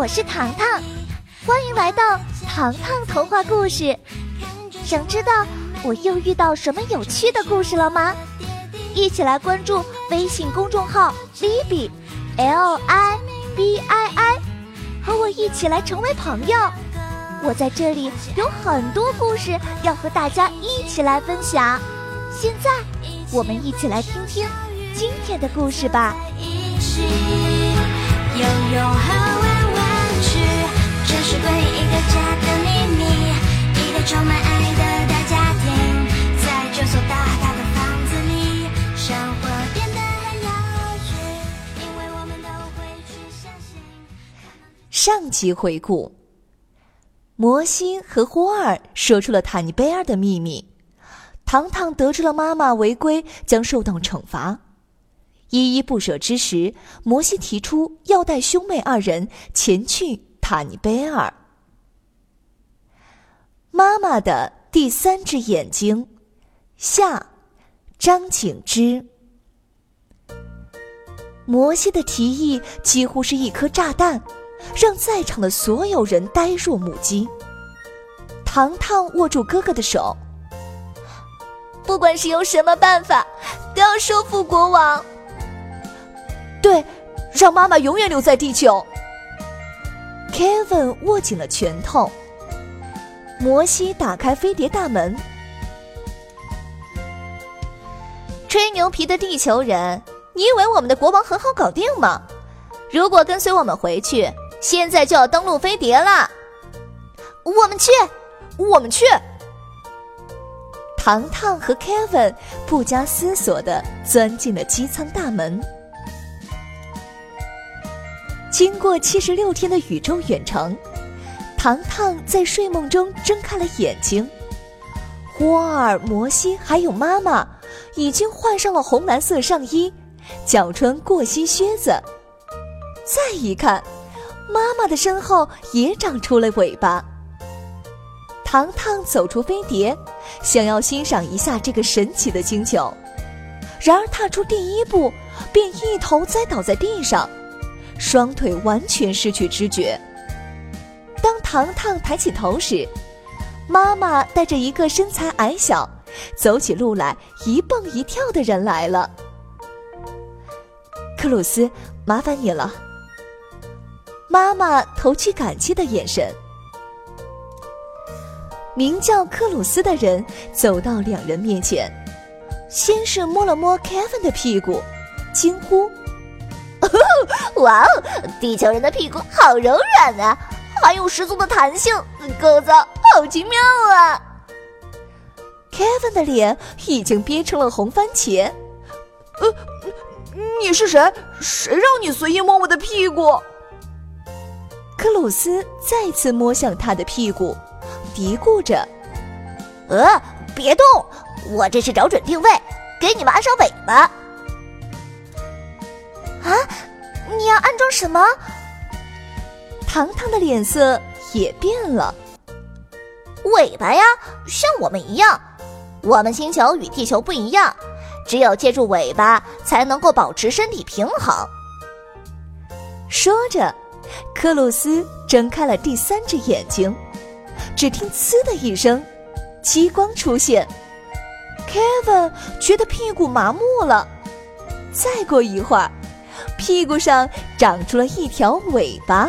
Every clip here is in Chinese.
我是糖糖，欢迎来到糖糖童话故事。想知道我又遇到什么有趣的故事了吗？一起来关注微信公众号 Libby LIBII， 和我一起来成为朋友。我在这里有很多故事要和大家一起来分享。现在我们一起来听听今天的故事吧。 游泳和玩玩具，这是关于一个家的秘密，一个充满爱的大家庭，在这所大大的房子里，生活变得很有趣，因为我们都会去相信。 上集回顾，摩西和霍尔说出了塔尼贝尔的秘密，糖糖得知了妈妈违规将受到惩罚。依依不舍之时，摩西提出要带兄妹二人前去塔尼贝尔。妈妈的第三只眼睛下，张景之。摩西的提议几乎是一颗炸弹，让在场的所有人呆若木鸡。糖糖握住哥哥的手，不管是用什么办法，都要说服国王。对，让妈妈永远留在地球。Kevin 握紧了拳头。摩西打开飞碟大门。吹牛皮的地球人，你以为我们的国王很好搞定吗？如果跟随我们回去，现在就要登陆飞碟了。我们去！糖糖和 Kevin 不加思索地钻进了机舱大门。经过76天的宇宙远程，糖糖在睡梦中睁开了眼睛。霍尔、摩西还有妈妈已经换上了红蓝色上衣，脚穿过膝靴子。再一看，妈妈的身后也长出了尾巴。糖糖走出飞碟，想要欣赏一下这个神奇的星球，然而踏出第一步，便一头栽倒在地上，双腿完全失去知觉。当糖糖抬起头时，妈妈带着一个身材矮小、走起路来一蹦一跳的人来了。克鲁斯，麻烦你了。妈妈投去感激的眼神。名叫克鲁斯的人走到两人面前，先是摸了摸 Kevin 的屁股，惊呼： 哇哦，地球人的屁股好柔软啊，还有十足的弹性，构造好奇妙啊。 Kevin 的脸已经憋成了红番茄。 你是谁？谁让你随意摸我的屁股？ 克鲁斯再次摸向他的屁股，嘀咕着： 别动，我这是找准定位，给你挖上尾巴。啊，你要安装什么？ 糖糖的脸色也变了。 尾巴呀，像我们一样。我们星球与地球不一样，只有借助尾巴才能够保持身体平衡。 说着，克鲁斯睁开了第三只眼睛，只听呲的一声，激光出现。Kevin 觉得屁股麻木了，再过一会儿，屁股上长出了一条尾巴。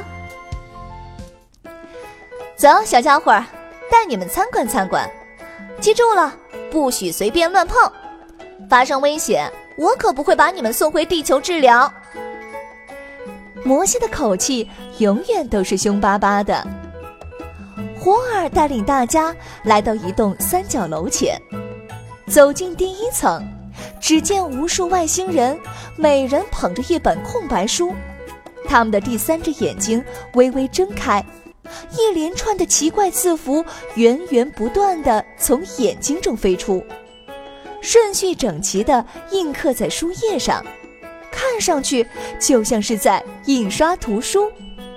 走，小家伙，带你们参观参观。记住了，不许随便乱碰，发生危险，我可不会把你们送回地球治疗。摩西的口气永远都是凶巴巴的。霍尔带领大家来到一栋三角楼前，走进第一层，只见无数外星人，每人捧着一本空白书，他们的第三只眼睛微微睁开，一连串的奇怪字符源源不断地从眼睛中飞出，顺序整齐地印刻在书页上，看上去就像是在印刷图书。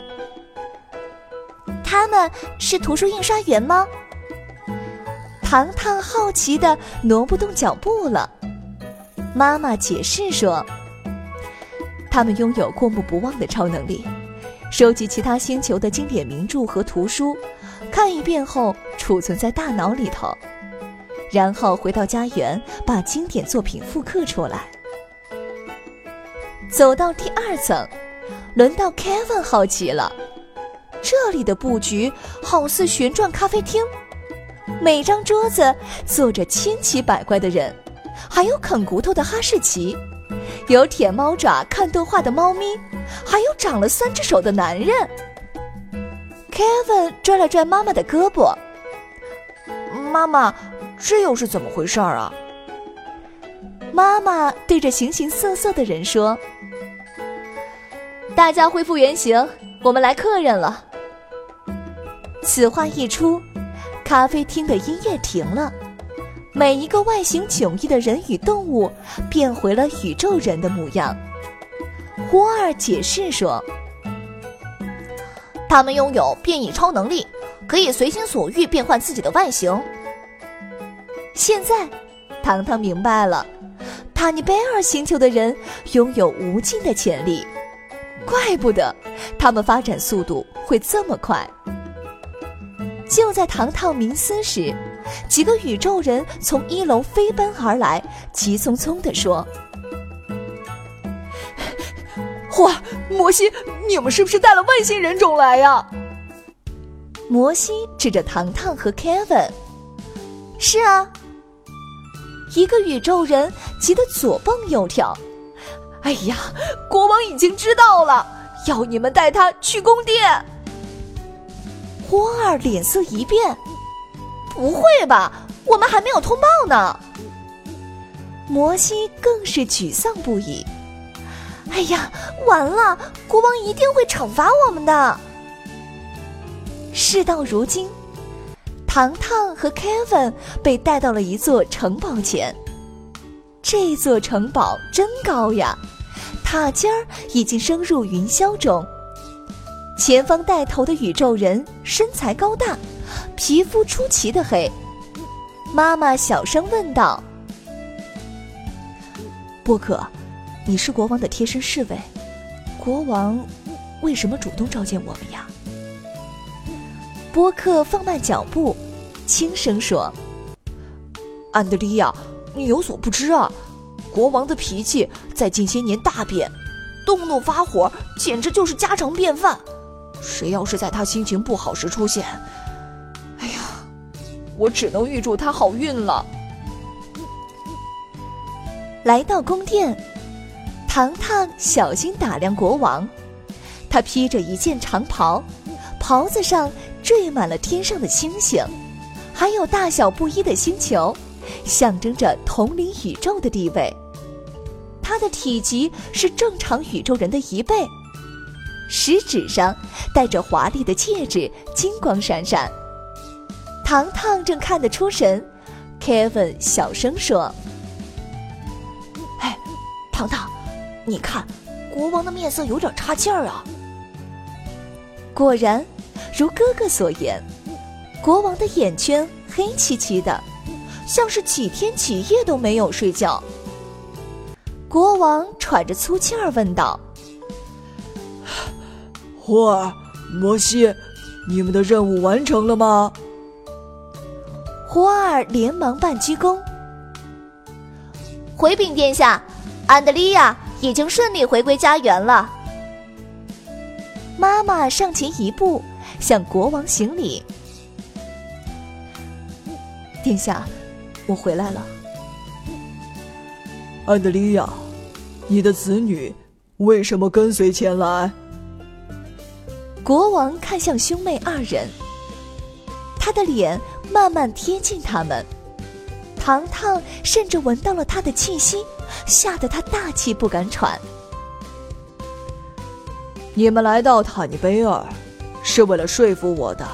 他们是图书印刷员吗？ 糖糖好奇地挪不动脚步了。妈妈解释说，他们拥有过目不忘的超能力， 收集其他星球的经典名著和图书，看一遍后储存在大脑里头，然后回到家园把经典作品复刻出来。走到第2层，轮到 Kevin 好奇了。这里的布局好似旋转咖啡厅，每张桌子坐着千奇百怪的人，还有啃骨头的哈士奇，有舔猫爪看动画的猫咪，还有长了3只手的男人。Kevin 拽了拽妈妈的胳膊， 妈妈，这又是怎么回事啊？ 妈妈对着形形色色的人说：大家恢复原形，我们来客人了。此话一出，咖啡厅的音乐停了，每一个外形迥异的人与动物变回了宇宙人的模样。霍尔解释说， 他们拥有变异超能力，可以随心所欲变换自己的外形。 现在糖糖明白了，塔尼贝尔星球的人拥有无尽的潜力，怪不得他们发展速度会这么快。就在糖糖冥思时，几个宇宙人从1楼飞奔而来，急匆匆地说： 哇，摩西，你们是不是带了外星人种来呀？ 摩西指着糖糖和 Kevin。是啊。一个宇宙人急得左蹦右跳。 哎呀，国王已经知道了，要你们带他去宫殿。 霍尔脸色一变， 不会吧，我们还没有通报呢。 摩西更是沮丧不已。 哎呀，完了，国王一定会惩罚我们的。 事到如今，糖糖和 Kevin 被带到了一座城堡前。这座城堡真高呀，塔尖儿已经升入云霄中。前方带头的宇宙人身材高大，皮肤出奇的黑。妈妈小声问道：波克，你是国王的贴身侍卫，国王为什么主动召见我们呀？波克放慢脚步，轻声说： 安德利亚，你有所不知啊，国王的脾气在近些年大变，动怒发火简直就是家常便饭。谁要是在他心情不好时出现，哎呀，我只能预祝他好运了。 来到宫殿，糖糖小心打量国王。他披着一件长袍，袍子上缀满了天上的星星，还有大小不一的星球，象征着统领宇宙的地位。他的体积是正常宇宙人的1倍，食指上戴着华丽的戒指，金光闪闪。糖糖正看得出神， Kevin 小声说： 哎，糖糖，你看，国王的面色有点差劲儿啊。 果然，如哥哥所言，国王的眼圈黑漆漆的，像是几天几夜都没有睡觉。国王喘着粗气儿问道： 霍尔，摩西，你们的任务完成了吗？ 霍尔连忙半鞠躬： 回禀殿下，安德利亚已经顺利回归家园了。 妈妈上前一步，向国王行礼：殿下，我回来了。 安德利亚，你的子女为什么跟随前来？ 国王看向兄妹2人，他的脸慢慢贴近他们，糖糖甚至闻到了他的气息，吓得他大气不敢喘。 你们来到塔尼贝尔，是为了说服我的。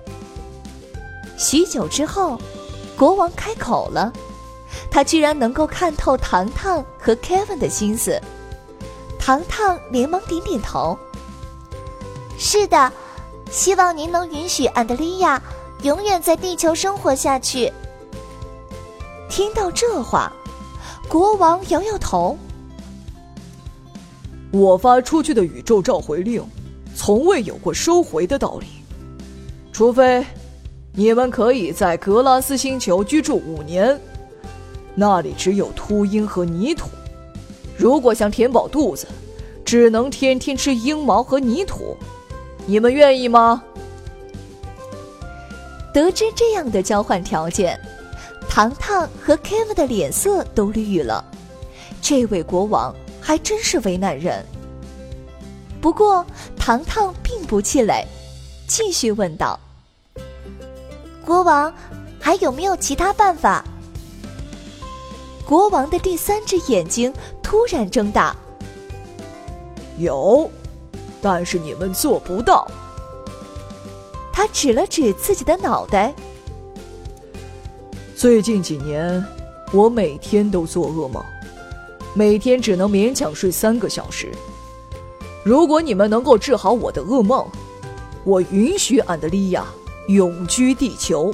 许久之后，国王开口了，他居然能够看透糖糖和 Kevin 的心思。糖糖连忙点点头： 是的，希望您能允许安德利亚永远在地球生活下去。 听到这话，国王摇摇头： 我发出去的宇宙召回令， 从未有过收回的道理，除非你们可以在格拉斯星球居住5年，那里只有秃鹰和泥土。如果想填饱肚子，只能天天吃鹰毛和泥土。你们愿意吗？ 得知这样的交换条件，糖糖和 Kevin 的脸色都绿了。这位国王还真是为难人。不过糖糖并不气馁，继续问道： 国王，还有没有其他办法？ 国王的第3只眼睛突然睁大。 有，但是你们做不到。 他指了指自己的脑袋。 最近几年，我每天都做噩梦，每天只能勉强睡3个小时。如果你们能够治好我的噩梦，我允许安德利亚永居地球。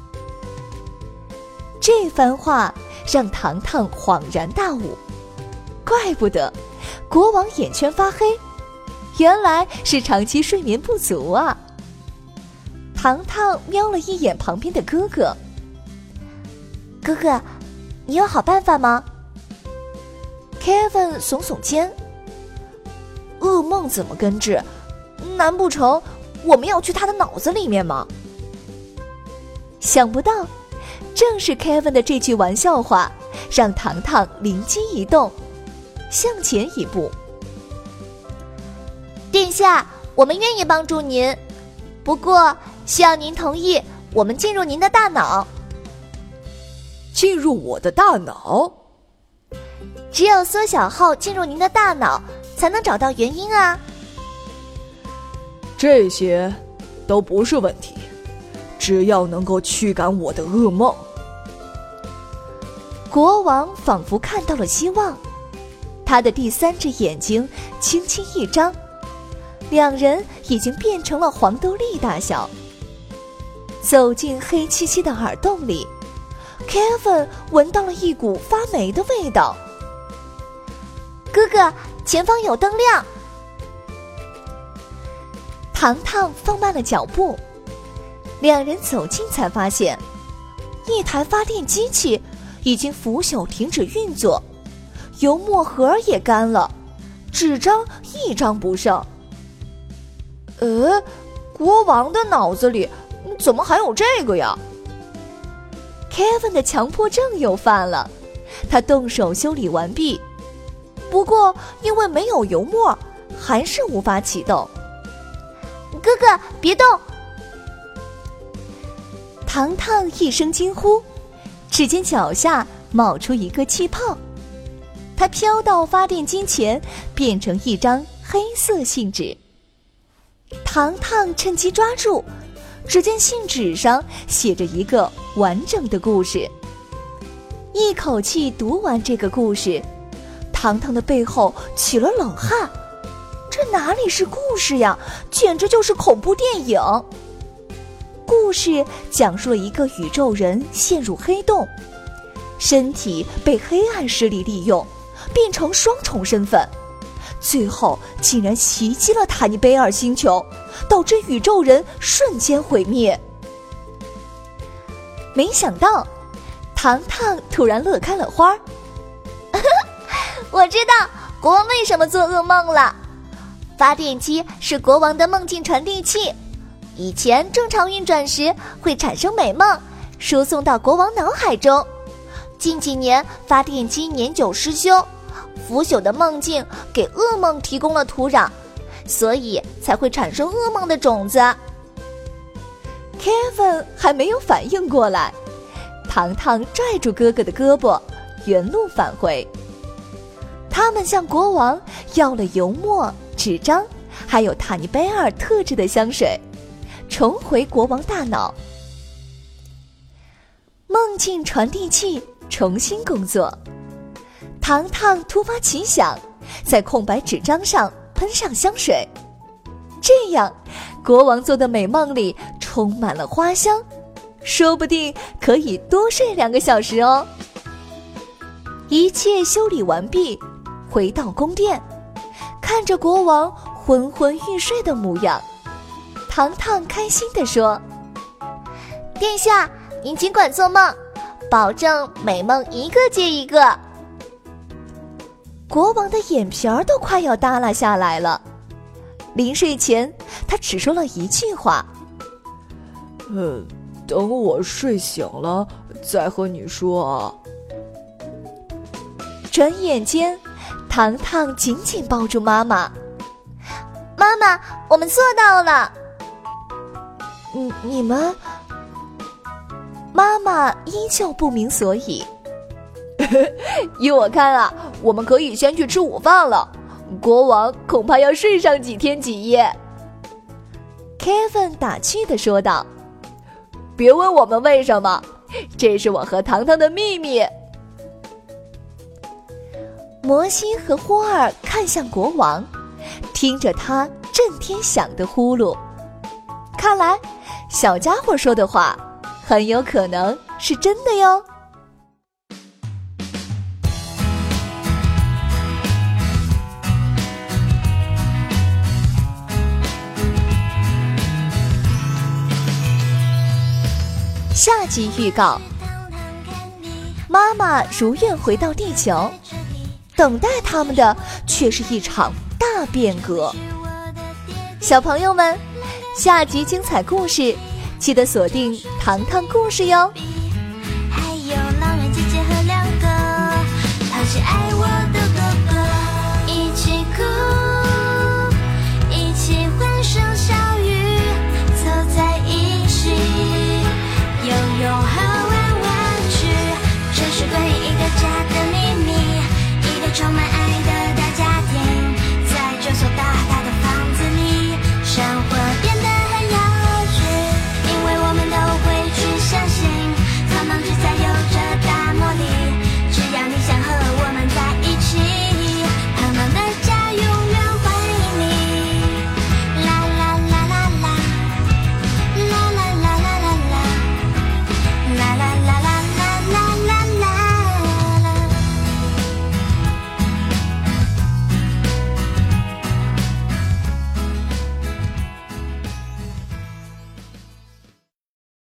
这番话让糖糖恍然大悟，怪不得国王眼圈发黑，原来是长期睡眠不足啊。糖糖瞄了一眼旁边的哥哥， 哥哥，你有好办法吗？ Kevin 耸耸肩，噩梦怎么根治？难不成我们要去他的脑子里面吗？想不到正是 Kevin 的这句玩笑话让糖糖灵机一动，向前一步。 殿下，我们愿意帮助您，不过需要您同意我们进入您的大脑。 进入我的大脑？ 只有缩小后进入您的大脑，才能找到原因啊。 这些都不是问题，只要能够驱赶我的噩梦。 国王仿佛看到了希望，他的第3只眼睛轻轻一张，两人已经变成了黄豆粒大小。走进黑漆漆的耳洞里， Kevin 闻到了一股发霉的味道。 哥哥，前方有灯亮。 糖糖放慢了脚步，两人走近才发现，一台发电机器已经腐朽停止运作，油墨盒也干了，纸张一张不剩。国王的脑子里怎么还有这个呀？ Kevin 的强迫症又犯了，他动手修理完毕，不过因为没有油墨，还是无法启动。 哥哥，别动！ 糖糖一声惊呼，只见脚下冒出一个气泡，它飘到发电机前，变成一张黑色信纸。糖糖趁机抓住，只见信纸上写着一个完整的故事。一口气读完这个故事，糖糖的背后起了冷汗。这哪里是故事呀，简直就是恐怖电影。故事讲述了一个宇宙人陷入黑洞，身体被黑暗势力利用，变成双重身份，最后竟然袭击了塔尼贝尔星球，导致宇宙人瞬间毁灭。没想到糖糖突然乐开了花我知道国王为什么做噩梦了。发电机是国王的梦境传递器，以前正常运转时会产生美梦，输送到国王脑海中。近几年发电机年久失修，腐朽的梦境给噩梦提供了土壤，所以才会产生噩梦的种子。 Kevin 还没有反应过来，糖糖拽住哥哥的胳膊，原路返回。他们向国王要了油墨、纸张，还有塔尼贝尔特制的香水，重回国王大脑。梦境传递器重新工作，糖糖突发奇想，在空白纸张上喷上香水，这样国王做的美梦里充满了花香，说不定可以多睡2个小时哦。一切修理完毕，回到宫殿，看着国王昏昏欲睡的模样。糖糖开心地说： 殿下，您尽管做梦，保证美梦一个接一个。 国王的眼皮儿都快要耷拉下来了。临睡前，他只说了一句话： 等我睡醒了再和你说啊。 转眼间，糖糖紧紧抱住妈妈。 妈妈，我们做到了。 你们？妈妈依旧不明所以。 依我看啊，我们可以先去吃午饭了。国王恐怕要睡上几天几夜。 Kevin 打趣地说道： 别问我们为什么，这是我和糖糖的秘密。 摩西和霍尔看向国王，听着他震天响的呼噜，看来小家伙说的话很有可能是真的哟。下集预告：妈妈如愿回到地球，等待他们的却是一场大变革。小朋友们，下集精彩故事记得锁定糖糖故事哟。